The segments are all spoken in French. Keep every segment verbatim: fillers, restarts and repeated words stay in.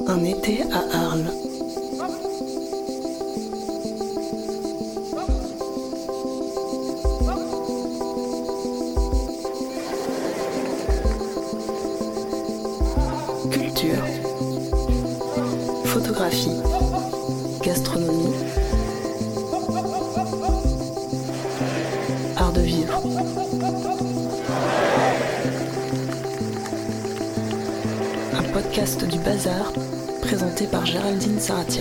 Un été à Arles. Culture, photographie, gastronomie, art de vivre. Un podcast du Bazar, présenté par Géraldine Saratia.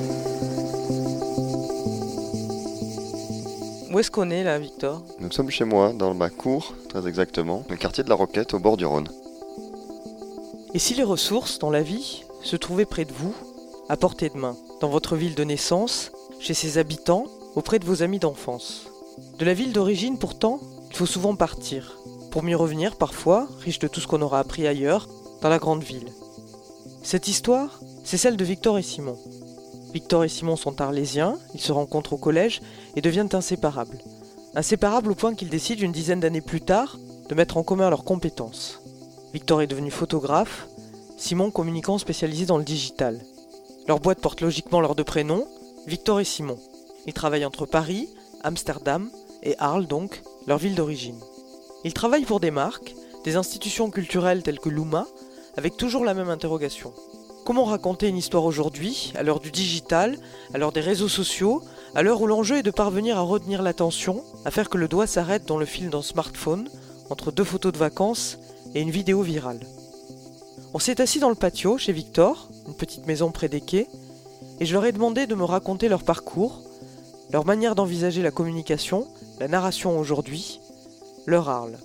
Où est-ce qu'on est là, Victor ? Nous sommes chez moi, dans ma cour, très exactement, le quartier de la Roquette, au bord du Rhône. Et si les ressources, dans la vie, se trouvaient près de vous, à portée de main, dans votre ville de naissance, chez ses habitants, auprès de vos amis d'enfance ? De la ville d'origine, pourtant, il faut souvent partir, pour mieux revenir parfois, riche de tout ce qu'on aura appris ailleurs, dans la grande ville. Cette histoire, c'est celle de Victor et Simon. Victor et Simon sont arlésiens, ils se rencontrent au collège et deviennent inséparables. Inséparables au point qu'ils décident une dizaine d'années plus tard de mettre en commun leurs compétences. Victor est devenu photographe, Simon communicant spécialisé dans le digital. Leur boîte porte logiquement leurs deux prénoms, Victor et Simon. Ils travaillent entre Paris, Amsterdam et Arles donc, leur ville d'origine. Ils travaillent pour des marques, des institutions culturelles telles que l'U M A, avec toujours la même interrogation. Comment raconter une histoire aujourd'hui, à l'heure du digital, à l'heure des réseaux sociaux, à l'heure où l'enjeu est de parvenir à retenir l'attention, à faire que le doigt s'arrête dans le fil d'un smartphone, entre deux photos de vacances et une vidéo virale. On s'est assis dans le patio, chez Victor, une petite maison près des quais, et je leur ai demandé de me raconter leur parcours, leur manière d'envisager la communication, la narration aujourd'hui, leur Arles.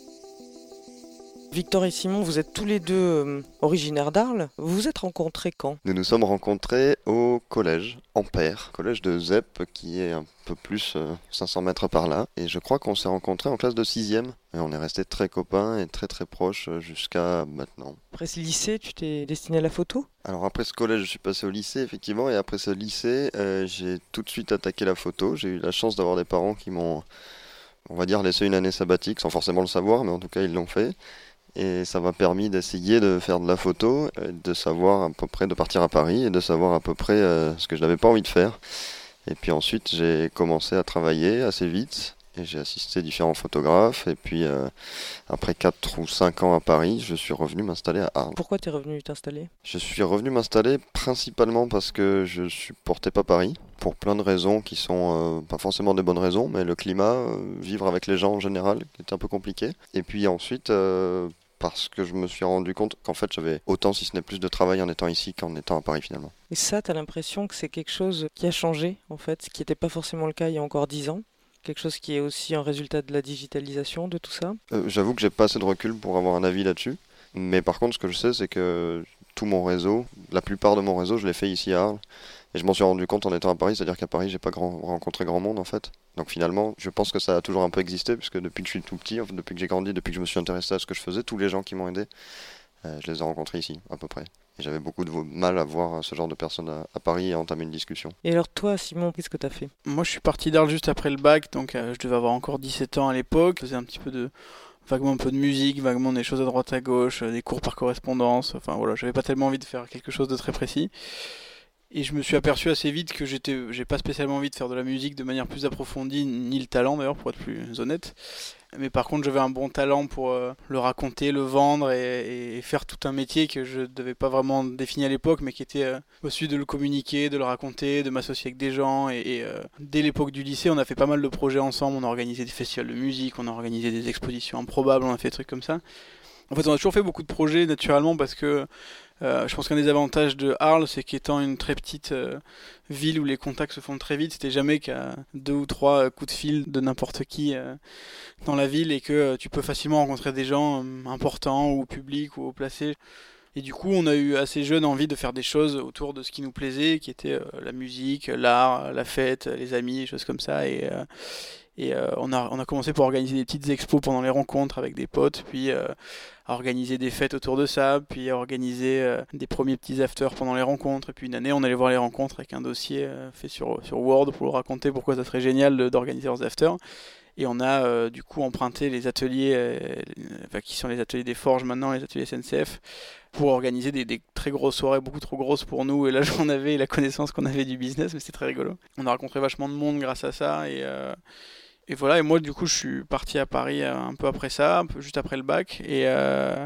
Victor et Simon, vous êtes tous les deux euh, originaires d'Arles. Vous vous êtes rencontrés quand ? Nous nous sommes rencontrés au collège, Ampère, collège de Zep, qui est un peu plus euh, cinq cents mètres par là. Et je crois qu'on s'est rencontrés en classe de sixième. Et on est restés très copains et très très proches jusqu'à maintenant. Après ce lycée, tu t'es destiné à la photo ? Alors après ce collège, je suis passé au lycée, effectivement. Et après ce lycée, euh, j'ai tout de suite attaqué la photo. J'ai eu la chance d'avoir des parents qui m'ont, on va dire, laissé une année sabbatique, sans forcément le savoir, mais en tout cas, ils l'ont fait. Et ça m'a permis d'essayer de faire de la photo, de savoir à peu près, de partir à Paris et de savoir à peu près euh, ce que je n'avais pas envie de faire. Et puis ensuite, j'ai commencé à travailler assez vite et j'ai assisté différents photographes. Et puis euh, après quatre ou cinq ans à Paris, je suis revenu m'installer à Arles. Pourquoi t'es revenu t'installer ? Je suis revenu m'installer principalement parce que je supportais pas Paris, pour plein de raisons qui sont euh, pas forcément des bonnes raisons, mais le climat, euh, vivre avec les gens en général, qui était un peu compliqué. Et puis ensuite... Euh, parce que je me suis rendu compte qu'en fait j'avais autant si ce n'est plus de travail en étant ici qu'en étant à Paris finalement. Et ça, t'as l'impression que c'est quelque chose qui a changé en fait, ce qui n'était pas forcément le cas il y a encore dix ans ? Quelque chose qui est aussi un résultat de la digitalisation, de tout ça ? euh, J'avoue que j'ai pas assez de recul pour avoir un avis là-dessus, mais par contre ce que je sais c'est que tout mon réseau, la plupart de mon réseau je l'ai fait ici à Arles. Et je m'en suis rendu compte en étant à Paris, c'est-à-dire qu'à Paris, j'ai pas grand, rencontré grand monde en fait. Donc finalement, je pense que ça a toujours un peu existé, puisque depuis que je suis tout petit, en fait, depuis que j'ai grandi, depuis que je me suis intéressé à ce que je faisais, tous les gens qui m'ont aidé, euh, je les ai rencontrés ici, à peu près. Et j'avais beaucoup de mal à voir ce genre de personnes à, à Paris et à entamer une discussion. Et alors toi, Simon, qu'est-ce que t'as fait ? Moi, je suis parti d'Arles juste après le bac, donc euh, je devais avoir encore dix-sept ans à l'époque. Je faisais un petit peu de... vaguement un peu de musique, vaguement des choses à droite à gauche, des cours par correspondance. Enfin voilà, j'avais pas tellement envie de faire quelque chose de très précis. Et je me suis aperçu assez vite que j'étais, j'ai pas spécialement envie de faire de la musique de manière plus approfondie, ni le talent d'ailleurs, pour être plus honnête. Mais par contre, j'avais un bon talent pour euh, le raconter, le vendre et, et faire tout un métier que je devais pas vraiment définir à l'époque, mais qui était euh, aussi de le communiquer, de le raconter, de m'associer avec des gens. Et, et euh, dès l'époque du lycée, on a fait pas mal de projets ensemble. On a organisé des festivals de musique, on a organisé des expositions improbables, on a fait des trucs comme ça. En fait, on a toujours fait beaucoup de projets naturellement parce que Euh, je pense qu'un des avantages de Arles, c'est qu'étant une très petite euh, ville où les contacts se font très vite, c'était jamais qu'à deux ou trois coups de fil de n'importe qui euh, dans la ville et que euh, tu peux facilement rencontrer des gens euh, importants ou publics ou haut placés. Et du coup, on a eu assez jeune envie de faire des choses autour de ce qui nous plaisait, qui était euh, la musique, l'art, la fête, les amis, des choses comme ça. Et, euh, et euh, on, a, on a commencé par organiser des petites expos pendant les rencontres avec des potes, puis euh, à organiser des fêtes autour de ça, puis à organiser euh, des premiers petits afters pendant les rencontres. Et puis une année, on allait voir les rencontres avec un dossier euh, fait sur, sur Word pour raconter pourquoi ça serait génial de, d'organiser leurs afters. Et on a euh, du coup emprunté les ateliers, euh, enfin, qui sont les ateliers des forges maintenant, les ateliers S N C F, pour organiser des, des très grosses soirées, beaucoup trop grosses pour nous. Et là, j'en avais la connaissance qu'on avait du business, mais c'était très rigolo. On a rencontré vachement de monde grâce à ça. Et, euh, et voilà, et moi, du coup, je suis parti à Paris un peu après ça, un peu juste après le bac. Et... Euh,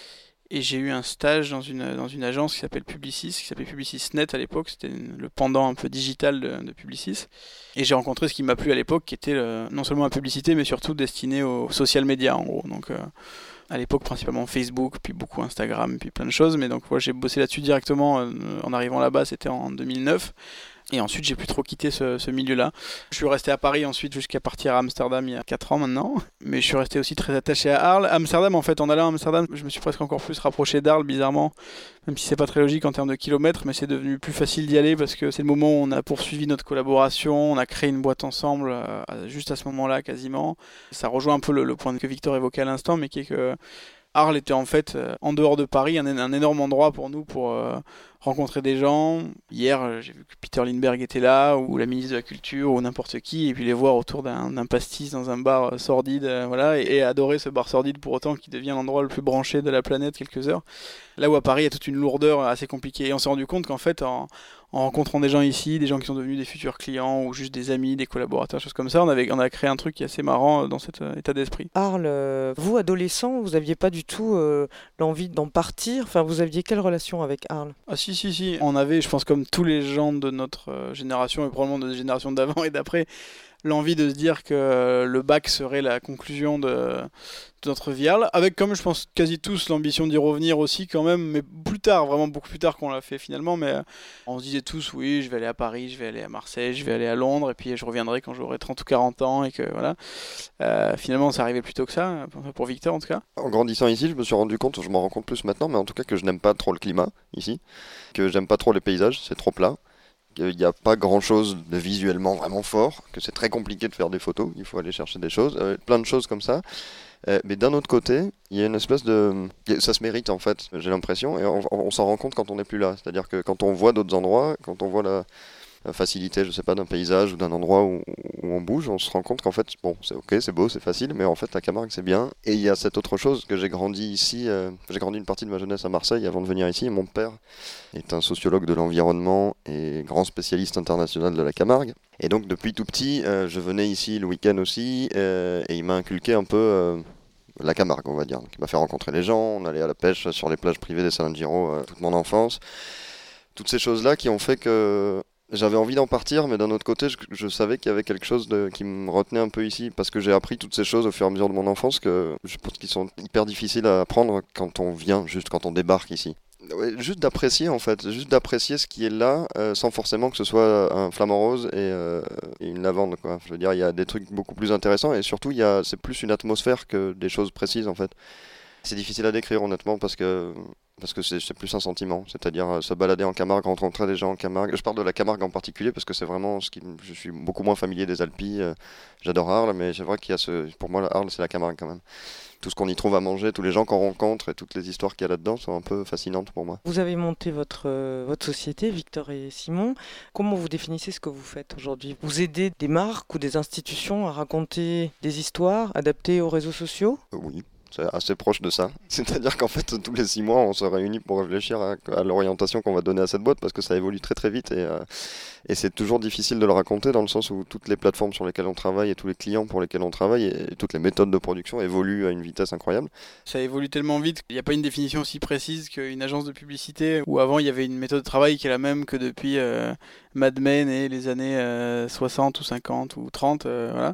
Et j'ai eu un stage dans une, dans une agence qui s'appelle Publicis, qui s'appelait Publicis.net à l'époque, c'était le pendant un peu digital de, de Publicis. Et j'ai rencontré ce qui m'a plu à l'époque, qui était le, non seulement la publicité, mais surtout destiné aux social media en gros. Donc euh, à l'époque principalement Facebook, puis beaucoup Instagram, puis plein de choses. Mais donc moi j'ai bossé là-dessus directement euh, en arrivant là-bas, c'était en deux mille neuf. Et ensuite, j'ai plus trop quitté ce, ce milieu-là. Je suis resté à Paris ensuite jusqu'à partir à Amsterdam il y a quatre ans maintenant. Mais je suis resté aussi très attaché à Arles. Amsterdam, en fait, en allant à Amsterdam, je me suis presque encore plus rapproché d'Arles, bizarrement. Même si c'est pas très logique en termes de kilomètres, mais c'est devenu plus facile d'y aller parce que c'est le moment où on a poursuivi notre collaboration, on a créé une boîte ensemble, euh, juste à ce moment-là quasiment. Ça rejoint un peu le, le point que Victor évoquait à l'instant, mais qui est que Arles était en fait, euh, en dehors de Paris, un, un énorme endroit pour nous pour euh, rencontrer des gens. Hier, euh, j'ai vu que Peter Lindbergh était là, ou la ministre de la Culture, ou n'importe qui, et puis les voir autour d'un, d'un pastis dans un bar euh, sordide, euh, voilà, et, et adorer ce bar sordide pour autant qui devient l'endroit le plus branché de la planète quelques heures. Là où à Paris, il y a toute une lourdeur assez compliquée. Et on s'est rendu compte qu'en fait, en, en rencontrant des gens ici, des gens qui sont devenus des futurs clients, ou juste des amis, des collaborateurs, choses comme ça, on, avait, on a créé un truc qui est assez marrant dans cet euh, état d'esprit. Arles, euh, vous, adolescent, vous n'aviez pas du tout euh, l'envie d'en partir. Enfin, vous aviez quelle relation avec Arles ? Ah si, si, si. On avait, je pense, comme tous les gens de notre euh, génération, et probablement de la génération d'avant et d'après, l'envie de se dire que le bac serait la conclusion de, de notre vie Arles, avec comme je pense quasi tous l'ambition d'y revenir aussi quand même, mais plus tard, vraiment beaucoup plus tard qu'on l'a fait finalement, mais on se disait tous oui, je vais aller à Paris, je vais aller à Marseille, je vais aller à Londres, et puis je reviendrai quand j'aurai trente ou quarante ans, et que voilà. Euh, finalement, ça arrivait plus tôt que ça, pour Victor en tout cas. En grandissant ici, je me suis rendu compte, je m'en rends compte plus maintenant, mais en tout cas que je n'aime pas trop le climat ici, que j'aime pas trop les paysages, c'est trop plat. Il n'y a pas grand chose de visuellement vraiment fort, que c'est très compliqué de faire des photos, il faut aller chercher des choses, euh, plein de choses comme ça. Euh, mais d'un autre côté, il y a une espèce de... Ça se mérite en fait, j'ai l'impression, et on, on s'en rend compte quand on n'est plus là. C'est-à-dire que quand on voit d'autres endroits, quand on voit la, la facilité, je sais pas, d'un paysage ou d'un endroit où, où on bouge, on se rend compte qu'en fait, bon, c'est ok, c'est beau, c'est facile, mais en fait la Camargue c'est bien. Et il y a cette autre chose que j'ai grandi ici, euh, j'ai grandi une partie de ma jeunesse à Marseille avant de venir ici, et mon père est un sociologue de l'environnement et grand spécialiste international de la Camargue. Et donc depuis tout petit, euh, je venais ici le week-end aussi, euh, et il m'a inculqué un peu euh, la Camargue, on va dire. Donc, il m'a fait rencontrer les gens, on allait à la pêche sur les plages privées des Salengiro euh, toute mon enfance. Toutes ces choses-là qui ont fait que j'avais envie d'en partir, mais d'un autre côté, je, je savais qu'il y avait quelque chose de, qui me retenait un peu ici, parce que j'ai appris toutes ces choses au fur et à mesure de mon enfance que je pense qu'ils sont hyper difficiles à apprendre quand on vient, juste quand on débarque ici. Ouais, juste d'apprécier en fait, juste d'apprécier ce qui est là, euh, sans forcément que ce soit un flamant rose et, euh, et une lavande, quoi. Je veux dire, il y a des trucs beaucoup plus intéressants, et surtout, il y a, c'est plus une atmosphère que des choses précises en fait. C'est difficile à décrire honnêtement parce que parce que c'est, c'est plus un sentiment, c'est-à-dire euh, se balader en Camargue, rencontrer des gens en Camargue. Je parle de la Camargue en particulier parce que c'est vraiment ce qui, je suis beaucoup moins familier des Alpes. Euh, j'adore Arles, mais c'est vrai qu'il y a ce, pour moi, Arles c'est la Camargue quand même. Tout ce qu'on y trouve à manger, tous les gens qu'on rencontre et toutes les histoires qu'il y a là-dedans sont un peu fascinantes pour moi. Vous avez monté votre, euh, votre société, Victor et Simon. Comment vous définissez ce que vous faites aujourd'hui ? Vous aidez des marques ou des institutions à raconter des histoires adaptées aux réseaux sociaux ? Euh, oui. C'est assez proche de ça. C'est-à-dire qu'en fait, tous les six mois, on se réunit pour réfléchir à, à l'orientation qu'on va donner à cette boîte parce que ça évolue très très vite et, euh, et c'est toujours difficile de le raconter dans le sens où toutes les plateformes sur lesquelles on travaille et tous les clients pour lesquels on travaille et, et toutes les méthodes de production évoluent à une vitesse incroyable. Ça évolue tellement vite qu'il n'y a pas une définition aussi précise qu'une agence de publicité où avant il y avait une méthode de travail qui est la même que depuis euh, Mad Men et les années euh, soixante ou cinquante ou trente. Euh, voilà.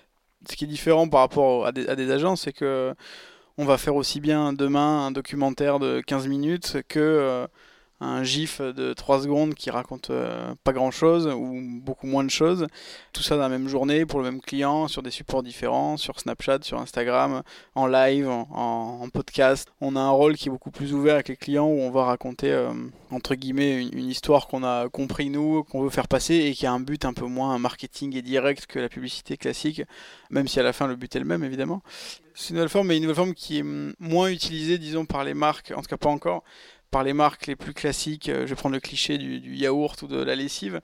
Ce qui est différent par rapport à des, à des agences, c'est que on va faire aussi bien demain un documentaire de quinze minutes que euh, un gif de trois secondes qui raconte euh, pas grand chose ou beaucoup moins de choses. Tout ça dans la même journée pour le même client, sur des supports différents, sur Snapchat, sur Instagram, en live, en, en, en podcast. On a un rôle qui est beaucoup plus ouvert avec les clients où on va raconter euh, entre guillemets une, une histoire qu'on a compris nous, qu'on veut faire passer et qui a un but un peu moins marketing et direct que la publicité classique, même si à la fin le but est le même évidemment. C'est une nouvelle forme, mais une nouvelle forme qui est moins utilisée disons par les marques, en tout cas pas encore, par les marques les plus classiques. Je vais prendre le cliché du, du yaourt ou de la lessive.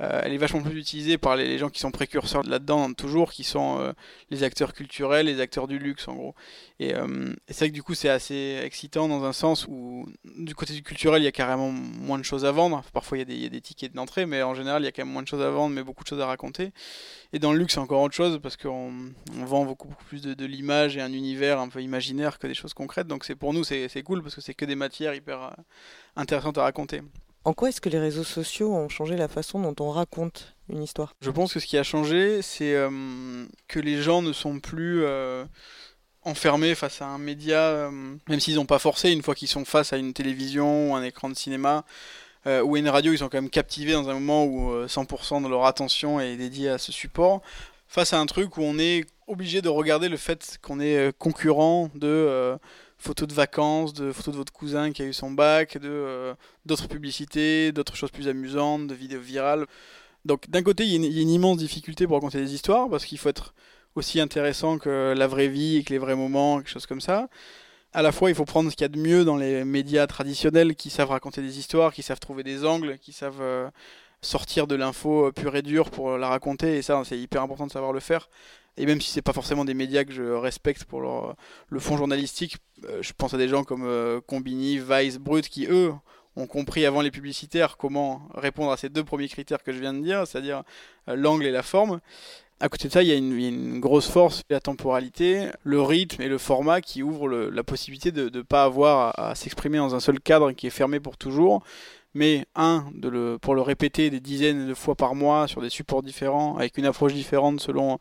Euh, elle est vachement plus utilisée par les, les gens qui sont précurseurs là-dedans, toujours, qui sont euh, les acteurs culturels, les acteurs du luxe, en gros. Et, euh, et c'est vrai que du coup, c'est assez excitant dans un sens où, du côté du culturel, il y a carrément moins de choses à vendre. Parfois, il y a des, il y a des tickets d'entrée, mais en général, il y a quand même moins de choses à vendre, mais beaucoup de choses à raconter. Et dans le luxe, c'est encore autre chose, parce qu'on on vend beaucoup, beaucoup plus de, de l'image et un univers un peu imaginaire que des choses concrètes. Donc c'est, pour nous, c'est, c'est cool, parce que c'est que des matières hyper euh, intéressantes à raconter. En quoi est-ce que les réseaux sociaux ont changé la façon dont on raconte une histoire ? Je pense que ce qui a changé, c'est euh, que les gens ne sont plus euh, enfermés face à un média, euh, même s'ils n'ont pas forcé, une fois qu'ils sont face à une télévision ou un écran de cinéma euh, ou à une radio, ils sont quand même captivés dans un moment où euh, cent pour cent de leur attention est dédiée à ce support, face à un truc où on est obligé de regarder le fait qu'on est euh, concurrent de... Euh, photos de vacances, de photos de votre cousin qui a eu son bac, de, euh, d'autres publicités, d'autres choses plus amusantes, de vidéos virales. Donc d'un côté, il y, a une, il y a une immense difficulté pour raconter des histoires, parce qu'il faut être aussi intéressant que la vraie vie et que les vrais moments, quelque chose comme ça. À la fois, il faut prendre ce qu'il y a de mieux dans les médias traditionnels qui savent raconter des histoires, qui savent trouver des angles, qui savent euh, sortir de l'info pure et dure pour la raconter, et ça, c'est hyper important de savoir le faire. Et même si c'est pas forcément des médias que je respecte pour leur, le fond journalistique, euh, je pense à des gens comme euh, Combini, Vice, Brut, qui eux ont compris avant les publicitaires comment répondre à ces deux premiers critères que je viens de dire, c'est-à-dire euh, l'angle et la forme. À côté de ça, il y a une, il y a une grosse force, la temporalité, le rythme et le format qui ouvrent le, la possibilité de ne pas avoir à, à s'exprimer dans un seul cadre qui est fermé pour toujours. Mais un, de le, pour le répéter des dizaines de fois par mois sur des supports différents, avec une approche différente selon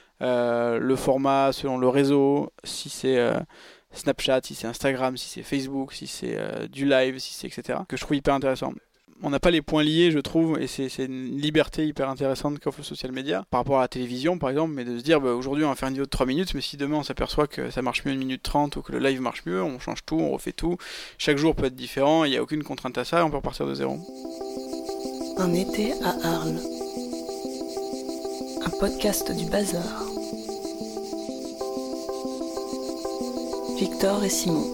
euh, le format, selon le réseau, si c'est euh, Snapchat, si c'est Instagram, si c'est Facebook, si c'est euh, du live, si c'est et cetera, que je trouve hyper intéressant. On n'a pas les points liés, je trouve, et c'est, c'est une liberté hyper intéressante qu'offre le social media par rapport à la télévision, par exemple, mais de se dire bah, aujourd'hui on va faire une vidéo de trois minutes, mais si demain on s'aperçoit que ça marche mieux une minute trente ou que le live marche mieux, on change tout, on refait tout. Chaque jour peut être différent, il n'y a aucune contrainte à ça, on peut repartir de zéro. Un été à Arles. Un podcast du Bazar. Victor et Simon.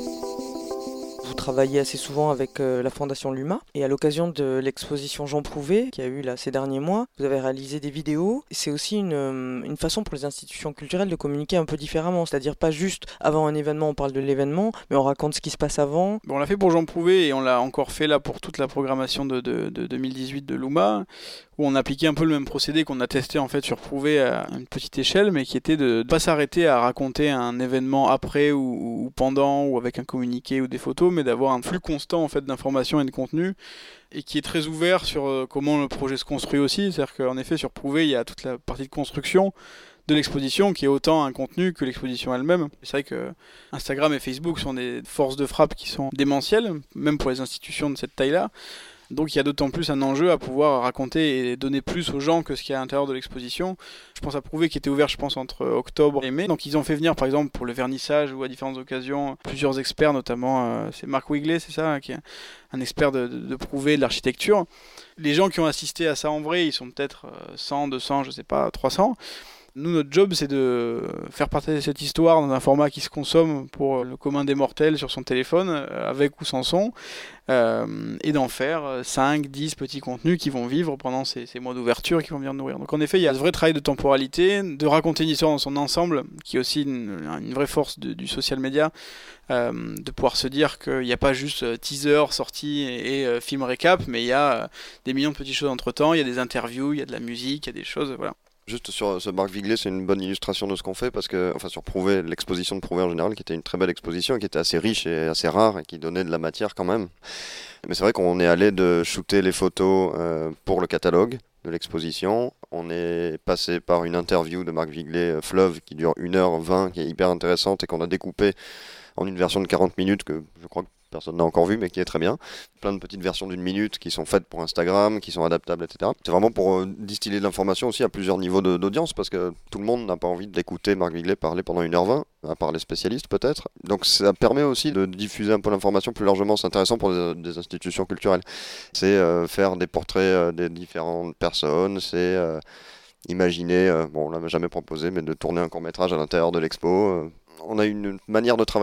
Vous travaillez assez souvent avec euh, la Fondation Luma, et à l'occasion de l'exposition Jean Prouvé, qui a eu là ces derniers mois, vous avez réalisé des vidéos. C'est aussi une, euh, une façon pour les institutions culturelles de communiquer un peu différemment, c'est-à-dire pas juste avant un événement on parle de l'événement, mais on raconte ce qui se passe avant. Bon, on l'a fait pour Jean Prouvé et on l'a encore fait là pour toute la programmation de, de, de deux mille dix-huit de Luma, où on appliquait un peu le même procédé qu'on a testé en fait sur Prouvé à une petite échelle, mais qui était de ne pas s'arrêter à raconter un événement après ou, ou pendant ou avec un communiqué ou des photos, mais d'avoir un flux constant en fait d'informations et de contenu, et qui est très ouvert sur euh, comment le projet se construit aussi. C'est-à-dire qu'en effet sur Prouvé il y a toute la partie de construction de l'exposition qui est autant un contenu que l'exposition elle-même. C'est vrai que Instagram et Facebook sont des forces de frappe qui sont démentielles, même pour les institutions de cette taille-là. Donc il y a d'autant plus un enjeu à pouvoir raconter et donner plus aux gens que ce qu'il y a à l'intérieur de l'exposition. Je pense à Prouvé qui était ouvert je pense entre octobre et mai. Donc ils ont fait venir par exemple pour le vernissage ou à différentes occasions plusieurs experts, notamment euh, c'est Marc Wigley, c'est ça, qui est un expert de, de, de Prouvé, de l'architecture. Les gens qui ont assisté à ça en vrai, ils sont peut-être cent, deux cents, je sais pas, trois cents. Nous, notre job, c'est de faire partager cette histoire dans un format qui se consomme pour le commun des mortels sur son téléphone, avec ou sans son, euh, et d'en faire cinq, dix petits contenus qui vont vivre pendant ces, ces mois d'ouverture et qui vont venir nourrir. Donc en effet, il y a ce vrai travail de temporalité, de raconter une histoire dans son ensemble, qui est aussi une, une vraie force de, du social media, euh, de pouvoir se dire qu'il n'y a pas juste teaser, sortie et, et euh, film récap, mais il y a euh, des millions de petites choses entre-temps, il y a des interviews, il y a de la musique, il y a des choses, voilà. Juste sur ce Marc Wigley, c'est une bonne illustration de ce qu'on fait parce que, enfin, sur Prouvé, l'exposition de Prouvé en général, qui était une très belle exposition, qui était assez riche et assez rare et qui donnait de la matière quand même. Mais c'est vrai qu'on est allé de shooter les photos euh, pour le catalogue de l'exposition. On est passé par une interview de Marc Wigley, euh, Fleuve, qui dure une heure vingt, qui est hyper intéressante et qu'on a découpé en une version de quarante minutes que je crois que personne n'a encore vu, mais qui est très bien. Plein de petites versions d'une minute qui sont faites pour Instagram, qui sont adaptables, et cetera. C'est vraiment pour euh, distiller de l'information aussi à plusieurs niveaux de, d'audience, parce que tout le monde n'a pas envie d'écouter Marc Wigley parler pendant une heure vingt, à part les spécialistes peut-être. Donc ça permet aussi de diffuser un peu l'information plus largement. C'est intéressant pour des, des institutions culturelles. C'est euh, faire des portraits euh, des différentes personnes, c'est euh, imaginer, euh, bon on l'a jamais proposé, mais de tourner un court-métrage à l'intérieur de l'expo. Euh, on a une manière de travailler qui est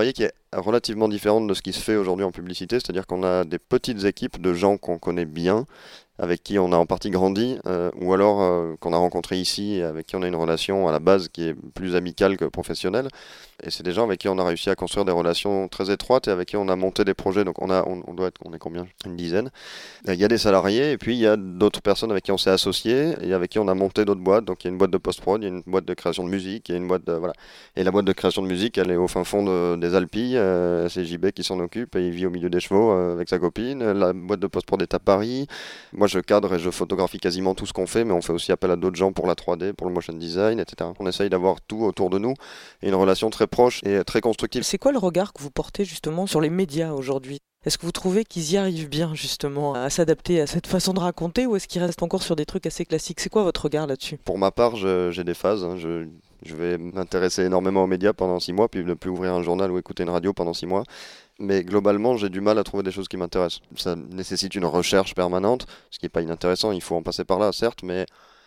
relativement différente de ce qui se fait aujourd'hui en publicité, c'est-à-dire qu'on a des petites équipes de gens qu'on connaît bien, avec qui on a en partie grandi, euh, ou alors euh, qu'on a rencontré ici et avec qui on a une relation à la base qui est plus amicale que professionnelle. Et c'est des gens avec qui on a réussi à construire des relations très étroites et avec qui on a monté des projets. Donc on a, on, on doit être, on est combien ? Une dizaine. Il y a des salariés et puis il y a d'autres personnes avec qui on s'est associé et avec qui on a monté d'autres boîtes. Donc il y a une boîte de post-prod, il y a une boîte de création de musique, il y a une boîte de, voilà. Et la boîte de création de musique, elle est au fin fond de, des Alpilles. Euh, c'est J B qui s'en occupe et il vit au milieu des chevaux euh, avec sa copine. La boîte de post-prod est à Paris. Moi, je cadre et je photographie quasiment tout ce qu'on fait, mais on fait aussi appel à d'autres gens pour la trois D, pour le motion design, et cetera. On essaye d'avoir tout autour de nous et une relation très proche et très constructive. C'est quoi le regard que vous portez justement sur les médias aujourd'hui ? Est-ce que vous trouvez qu'ils y arrivent bien justement à s'adapter à cette façon de raconter ou est-ce qu'ils restent encore sur des trucs assez classiques ? C'est quoi votre regard là-dessus ? Pour ma part, je, j'ai des phases. Hein. Je, je vais m'intéresser énormément aux médias pendant six mois, puis ne plus ouvrir un journal ou écouter une radio pendant six mois. Mais globalement, j'ai du mal à trouver des choses qui m'intéressent. Ça nécessite une recherche permanente, ce qui n'est pas inintéressant, il faut en passer par là, certes, mais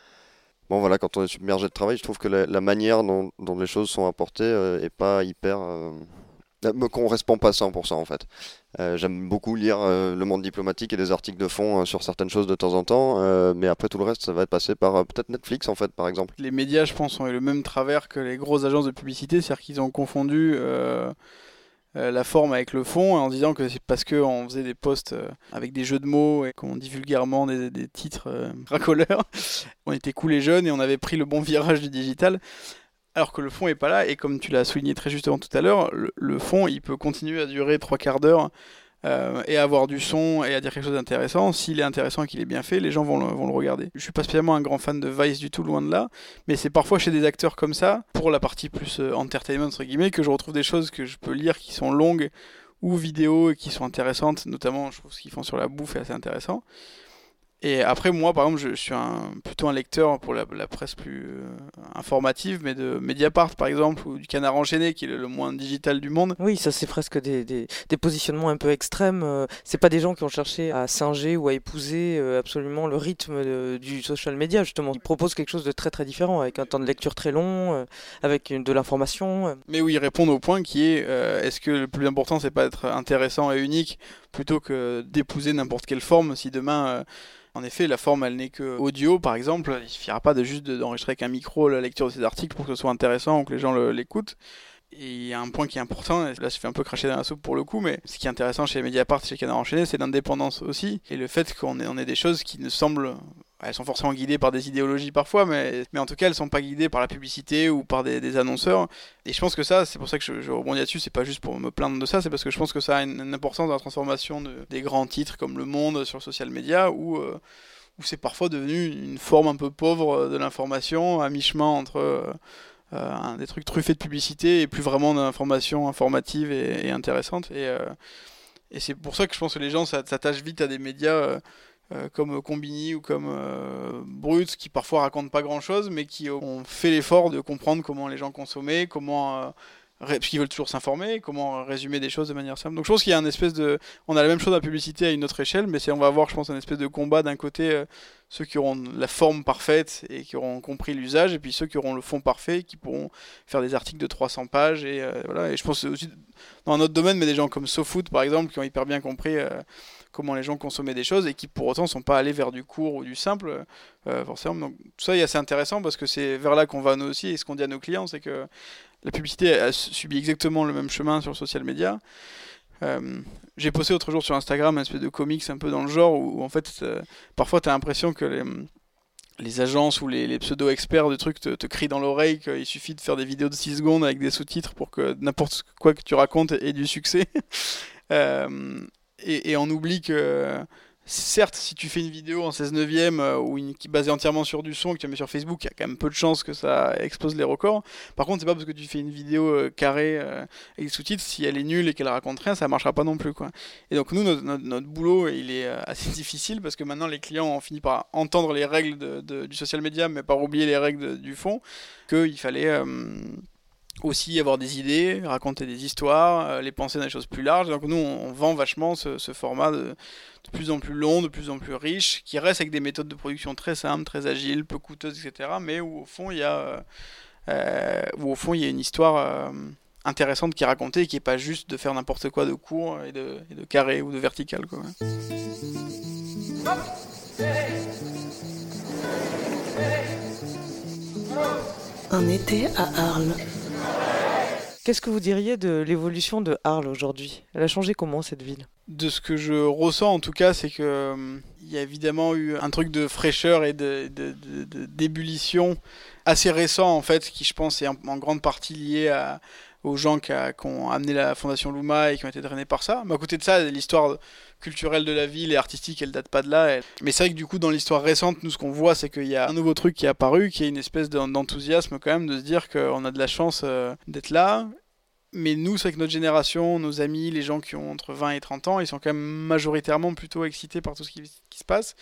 bon voilà, quand on est submergé de travail, je trouve que la, la manière dont, dont les choses sont apportées euh, est pas hyper... Euh, me correspond pas cent pour cent en fait. Euh, j'aime beaucoup lire euh, le monde diplomatique et des articles de fond euh, sur certaines choses de temps en temps, euh, mais après tout le reste, ça va être passé par euh, peut-être Netflix en fait, par exemple. Les médias, je pense, ont eu le même travers que les grosses agences de publicité, c'est-à-dire qu'ils ont confondu... Euh... Euh, la forme avec le fond, en disant que c'est parce qu'on faisait des posts euh, avec des jeux de mots et qu'on dit vulgairement des, des titres euh, racoleurs, on était cool et jeunes et on avait pris le bon virage du digital, alors que le fond est pas là. Et comme tu l'as souligné très justement tout à l'heure, le, le fond il peut continuer à durer trois quarts d'heure euh, et avoir du son et à dire quelque chose d'intéressant. S'il est intéressant et qu'il est bien fait, les gens vont le, vont le regarder. Je suis pas spécialement un grand fan de Vice du tout, loin de là, mais c'est parfois chez des acteurs comme ça, pour la partie plus euh, entertainment entre guillemets, que je retrouve des choses que je peux lire qui sont longues ou vidéos et qui sont intéressantes. Notamment, je trouve ce qu'ils font sur la bouffe est assez intéressant. Et après, moi, par exemple, je, je suis un, plutôt un lecteur pour la, la presse plus euh, informative, mais de Mediapart, par exemple, ou du Canard enchaîné, qui est le, le moins digital du monde. Oui, ça c'est presque des, des, des positionnements un peu extrêmes. Euh, c'est pas des gens qui ont cherché à singer ou à épouser euh, absolument le rythme de, du social media, justement. Ils proposent quelque chose de très très différent, avec un temps de lecture très long, euh, avec une, de l'information. Euh. Mais où ils répondent au point qui est, euh, est-ce que le plus important, c'est pas d'être intéressant et unique, plutôt que d'épouser n'importe quelle forme, si demain... Euh, En effet, la forme, elle n'est que audio, par exemple. Il suffira pas de juste d'enregistrer avec un micro la lecture de ces articles pour que ce soit intéressant ou que les gens le, l'écoutent. Et il y a un point qui est important, et là je fais un peu cracher dans la soupe pour le coup, mais ce qui est intéressant chez Mediapart, chez Canard enchaîné, c'est l'indépendance aussi, et le fait qu'on ait, on ait des choses qui ne semblent... Elles sont forcément guidées par des idéologies parfois, mais, mais en tout cas elles sont pas guidées par la publicité ou par des, des annonceurs. Et je pense que ça, c'est pour ça que je, je rebondis là-dessus, c'est pas juste pour me plaindre de ça, c'est parce que je pense que ça a une, une importance dans la transformation de, des grands titres comme Le Monde sur social media, où... Euh, où c'est parfois devenu une forme un peu pauvre de l'information, à mi-chemin entre euh, euh, des trucs truffés de publicité et plus vraiment d'information informative et, et intéressante. Et, euh, et c'est pour ça que je pense que les gens s'attachent vite à des médias euh, euh, comme Combini ou comme euh, Brut, qui parfois racontent pas grand-chose, mais qui ont fait l'effort de comprendre comment les gens consommaient, comment... Euh, parce qu'ils veulent toujours s'informer, comment résumer des choses de manière simple. Donc je pense qu'il y a une espèce de... On a la même chose à la publicité à une autre échelle, mais c'est, on va avoir, je pense, un espèce de combat d'un côté, euh, ceux qui auront la forme parfaite et qui auront compris l'usage, et puis ceux qui auront le fond parfait et qui pourront faire des articles de trois cents pages. Et, euh, voilà. Et je pense aussi, dans un autre domaine, mais des gens comme SoFoot, par exemple, qui ont hyper bien compris... Euh, comment les gens consommaient des choses et qui pour autant sont pas allés vers du court ou du simple euh, forcément. Donc tout ça est assez intéressant parce que c'est vers là qu'on va nous aussi, et ce qu'on dit à nos clients, c'est que la publicité a subi exactement le même chemin sur le social media. Euh, j'ai posté l'autre jour sur Instagram un espèce de comics un peu dans le genre où, où en fait euh, parfois tu as l'impression que les, les agences ou les, les pseudo-experts de trucs te, te crient dans l'oreille qu'il suffit de faire des vidéos de six secondes avec des sous-titres pour que n'importe quoi que tu racontes ait du succès. euh, Et, et on oublie que, certes, si tu fais une vidéo en seize neuvième euh, ou une, qui est basée entièrement sur du son que tu mets sur Facebook, il y a quand même peu de chances que ça explose les records. Par contre, c'est pas parce que tu fais une vidéo euh, carrée euh, avec des sous-titres, si elle est nulle et qu'elle raconte rien, ça marchera pas non plus, quoi. Et donc nous, notre, notre, notre boulot, il est assez difficile parce que maintenant les clients ont fini par entendre les règles de, de, du social media, mais par oublier les règles de, du fond, qu'il fallait... Euh, aussi avoir des idées, raconter des histoires, euh, les penser dans des choses plus larges. Donc nous, on, on vend vachement ce, ce format de, de plus en plus long, de plus en plus riche, qui reste avec des méthodes de production très simples, très agiles, peu coûteuses, et cetera. Mais où au fond, il y a, euh, où au fond, il y a une histoire euh, intéressante qui est racontée, et qui est pas juste de faire n'importe quoi de court et de, et de carré ou de vertical, quoi. Un été à Arles. Qu'est-ce que vous diriez de l'évolution de Arles aujourd'hui ? Elle a changé comment, cette ville ? De ce que je ressens en tout cas, c'est que euh, il y a évidemment eu un truc de fraîcheur et de, de, de, de, d'ébullition assez récent en fait, qui je pense est en, en grande partie lié à, aux gens qui, a, qui ont amené la Fondation Luma et qui ont été drainés par ça. Mais à côté de ça, l'histoire culturelle de la ville et artistique, elle date pas de là. Elle... Mais c'est vrai que du coup, dans l'histoire récente, nous ce qu'on voit, c'est qu'il y a un nouveau truc qui est apparu, qui est une espèce d'enthousiasme quand même de se dire qu'on a de la chance euh, d'être là. Mais nous, c'est vrai que notre génération, nos amis, les gens qui ont entre vingt et trente ans, ils sont quand même majoritairement plutôt excités par tout ce qui, qui se passe.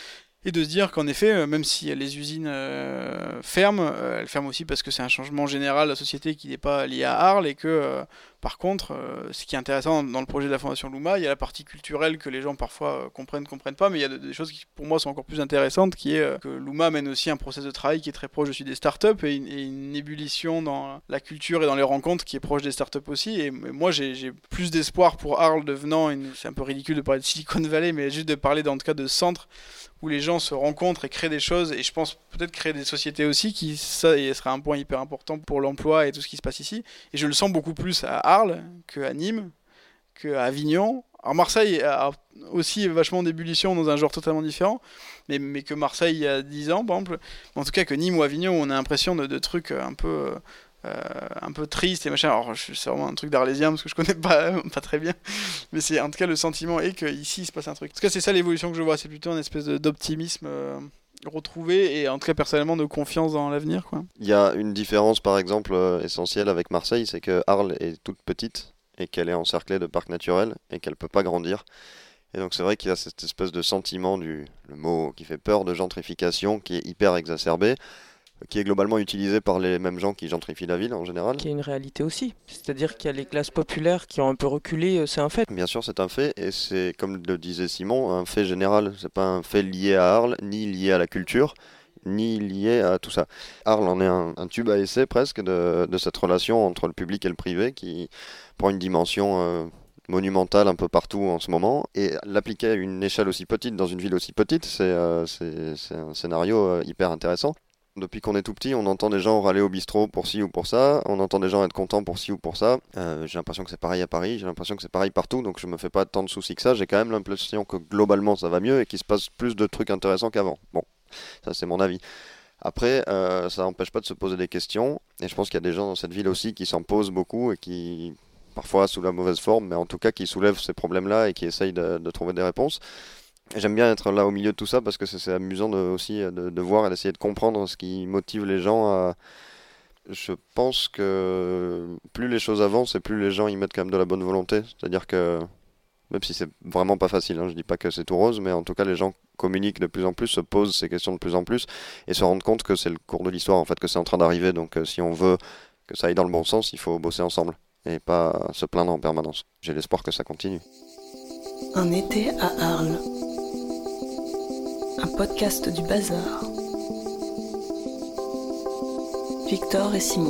Et de se dire qu'en effet, même si les usines euh, ferment, euh, elles ferment aussi parce que c'est un changement général de la société qui n'est pas lié à Arles, et que euh, par contre, euh, ce qui est intéressant dans le projet de la Fondation Luma, il y a la partie culturelle que les gens parfois euh, comprennent, comprennent pas, mais il y a des choses qui pour moi sont encore plus intéressantes, qui est euh, que Luma mène aussi un process de travail qui est très proche aussi des startups, et une, et une ébullition dans la culture et dans les rencontres qui est proche des startups aussi. Et, et moi j'ai, j'ai plus d'espoir pour Arles devenant, une, c'est un peu ridicule de parler de Silicon Valley, mais juste de parler en tout cas de centre où les gens se rencontrent et créent des choses, et je pense peut-être créer des sociétés aussi, qui ça serait un point hyper important pour l'emploi et tout ce qui se passe ici. Et je le sens beaucoup plus à Arles qu'à Nîmes, qu'à Avignon. Alors Marseille a aussi vachement d'ébullition dans un genre totalement différent, mais, mais que Marseille il y a dix ans, par exemple. En tout cas que Nîmes ou Avignon, où on a l'impression de, de trucs un peu... Euh, un peu triste et machin. Alors c'est vraiment un truc d'arlésien parce que je connais pas, pas très bien, mais c'est en tout cas le sentiment est qu'ici il se passe un truc. En tout cas c'est ça l'évolution que je vois, c'est plutôt une espèce de, d'optimisme euh, retrouvé, et en tout cas personnellement de confiance dans l'avenir, quoi. Il y a une différence par exemple euh, essentielle avec Marseille, c'est que Arles est toute petite et qu'elle est encerclée de parcs naturels et qu'elle peut pas grandir. Et donc c'est vrai qu'il y a cette espèce de sentiment du, le mot qui fait peur, de gentrification, qui est hyper exacerbé, qui est globalement utilisé par les mêmes gens qui gentrifient la ville en général. Qui est une réalité aussi. C'est-à-dire qu'il y a les classes populaires qui ont un peu reculé, c'est un fait. Bien sûr, c'est un fait, et c'est, comme le disait Simon, un fait général. C'est pas un fait lié à Arles, ni lié à la culture, ni lié à tout ça. Arles en est un, un tube à essai presque de, de cette relation entre le public et le privé qui prend une dimension euh, monumentale un peu partout en ce moment, et l'appliquer à une échelle aussi petite dans une ville aussi petite, c'est, euh, c'est, c'est un scénario euh, hyper intéressant. Depuis qu'on est tout petit, on entend des gens râler au bistrot pour ci ou pour ça, on entend des gens être contents pour ci ou pour ça. Euh, j'ai l'impression que c'est pareil à Paris, j'ai l'impression que c'est pareil partout, donc je me fais pas tant de soucis que ça. J'ai quand même l'impression que globalement ça va mieux et qu'il se passe plus de trucs intéressants qu'avant. Bon, ça c'est mon avis. Après, euh, ça n'empêche pas de se poser des questions, et je pense qu'il y a des gens dans cette ville aussi qui s'en posent beaucoup et qui, parfois sous la mauvaise forme, mais en tout cas qui soulèvent ces problèmes-là et qui essayent de, de trouver des réponses. J'aime bien être là au milieu de tout ça parce que c'est, c'est amusant de, aussi de, de voir et d'essayer de comprendre ce qui motive les gens à... Je pense que plus les choses avancent et plus les gens y mettent quand même de la bonne volonté. C'est-à-dire que, même si c'est vraiment pas facile, hein, je dis pas que c'est tout rose, mais en tout cas les gens communiquent de plus en plus, se posent ces questions de plus en plus et se rendent compte que c'est le cours de l'histoire en fait, que c'est en train d'arriver. Donc euh, si on veut que ça aille dans le bon sens, il faut bosser ensemble et pas se plaindre en permanence. J'ai l'espoir que ça continue. Un été à Arles. Un podcast du Bazar. Victor et Simon.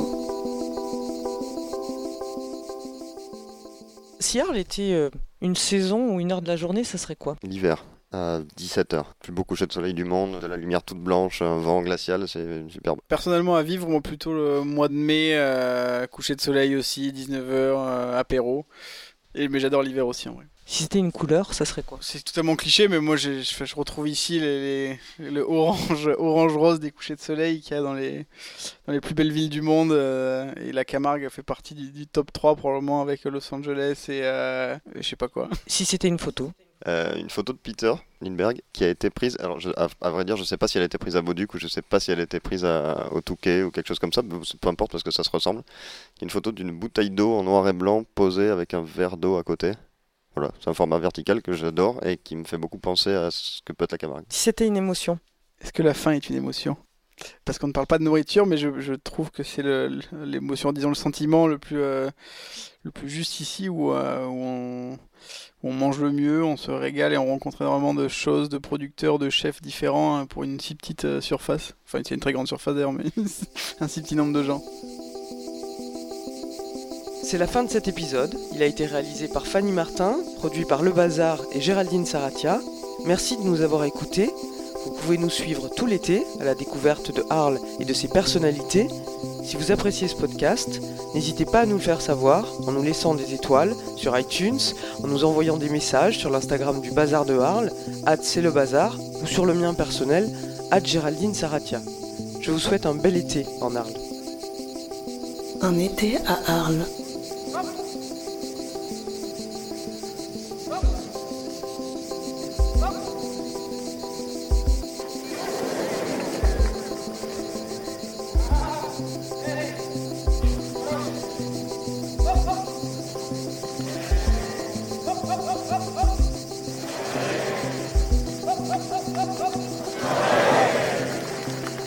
Si Arles était euh, une saison ou une heure de la journée, ça serait quoi ? L'hiver, à dix-sept heures. Plus beau coucher de soleil du monde, de la lumière toute blanche, un vent glacial, c'est superbe. Personnellement à vivre, moi plutôt le mois de mai, euh, coucher de soleil aussi, dix-neuf heures, euh, apéro. Et, mais j'adore l'hiver aussi en vrai. Si c'était une couleur, ça serait quoi ? C'est totalement cliché, mais moi j'ai, je, je retrouve ici les, les, le orange, orange-rose des couchers de soleil qu'il y a dans les, dans les plus belles villes du monde. Euh, et la Camargue fait partie du, du top trois probablement avec Los Angeles et, euh, et je sais pas quoi. Si c'était une photo ? Euh, une photo de Peter Lindbergh qui a été prise, alors je, à, à vrai dire je sais pas si elle a été prise à Bauduc ou je sais pas si elle a été prise à, au Touquet ou quelque chose comme ça, peu importe parce que ça se ressemble. Une photo d'une bouteille d'eau en noir et blanc posée avec un verre d'eau à côté. Voilà, c'est un format vertical que j'adore et qui me fait beaucoup penser à ce que peut être la Camargue. Si c'était une émotion ? Est-ce que la faim est une émotion ? Parce qu'on ne parle pas de nourriture, mais je, je trouve que c'est le, l'émotion, disons le sentiment le plus, euh, le plus juste ici, où, euh, où, on, où on mange le mieux, on se régale et on rencontre énormément de choses, de producteurs, de chefs différents hein, pour une si petite euh, surface. Enfin, c'est une très grande surface d'ailleurs, mais un si petit nombre de gens. c'est la fin de cet épisode. Il a été réalisé par Fanny Martin, produit par Le Bazar et Géraldine Saratia. Merci de nous avoir écoutés. Vous pouvez nous suivre tout l'été à la découverte de Arles et de ses personnalités. Si vous appréciez ce podcast, n'hésitez pas à nous le faire savoir en nous laissant des étoiles sur iTunes, en nous envoyant des messages sur l'Instagram du Bazar de Arles, arobase c'est le bazar, ou sur le mien personnel, arobase Géraldine Saratia. Je vous souhaite un bel été en Arles. Un été à Arles.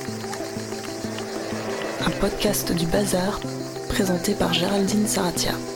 Un podcast du Bazar, présenté par Géraldine Saratia.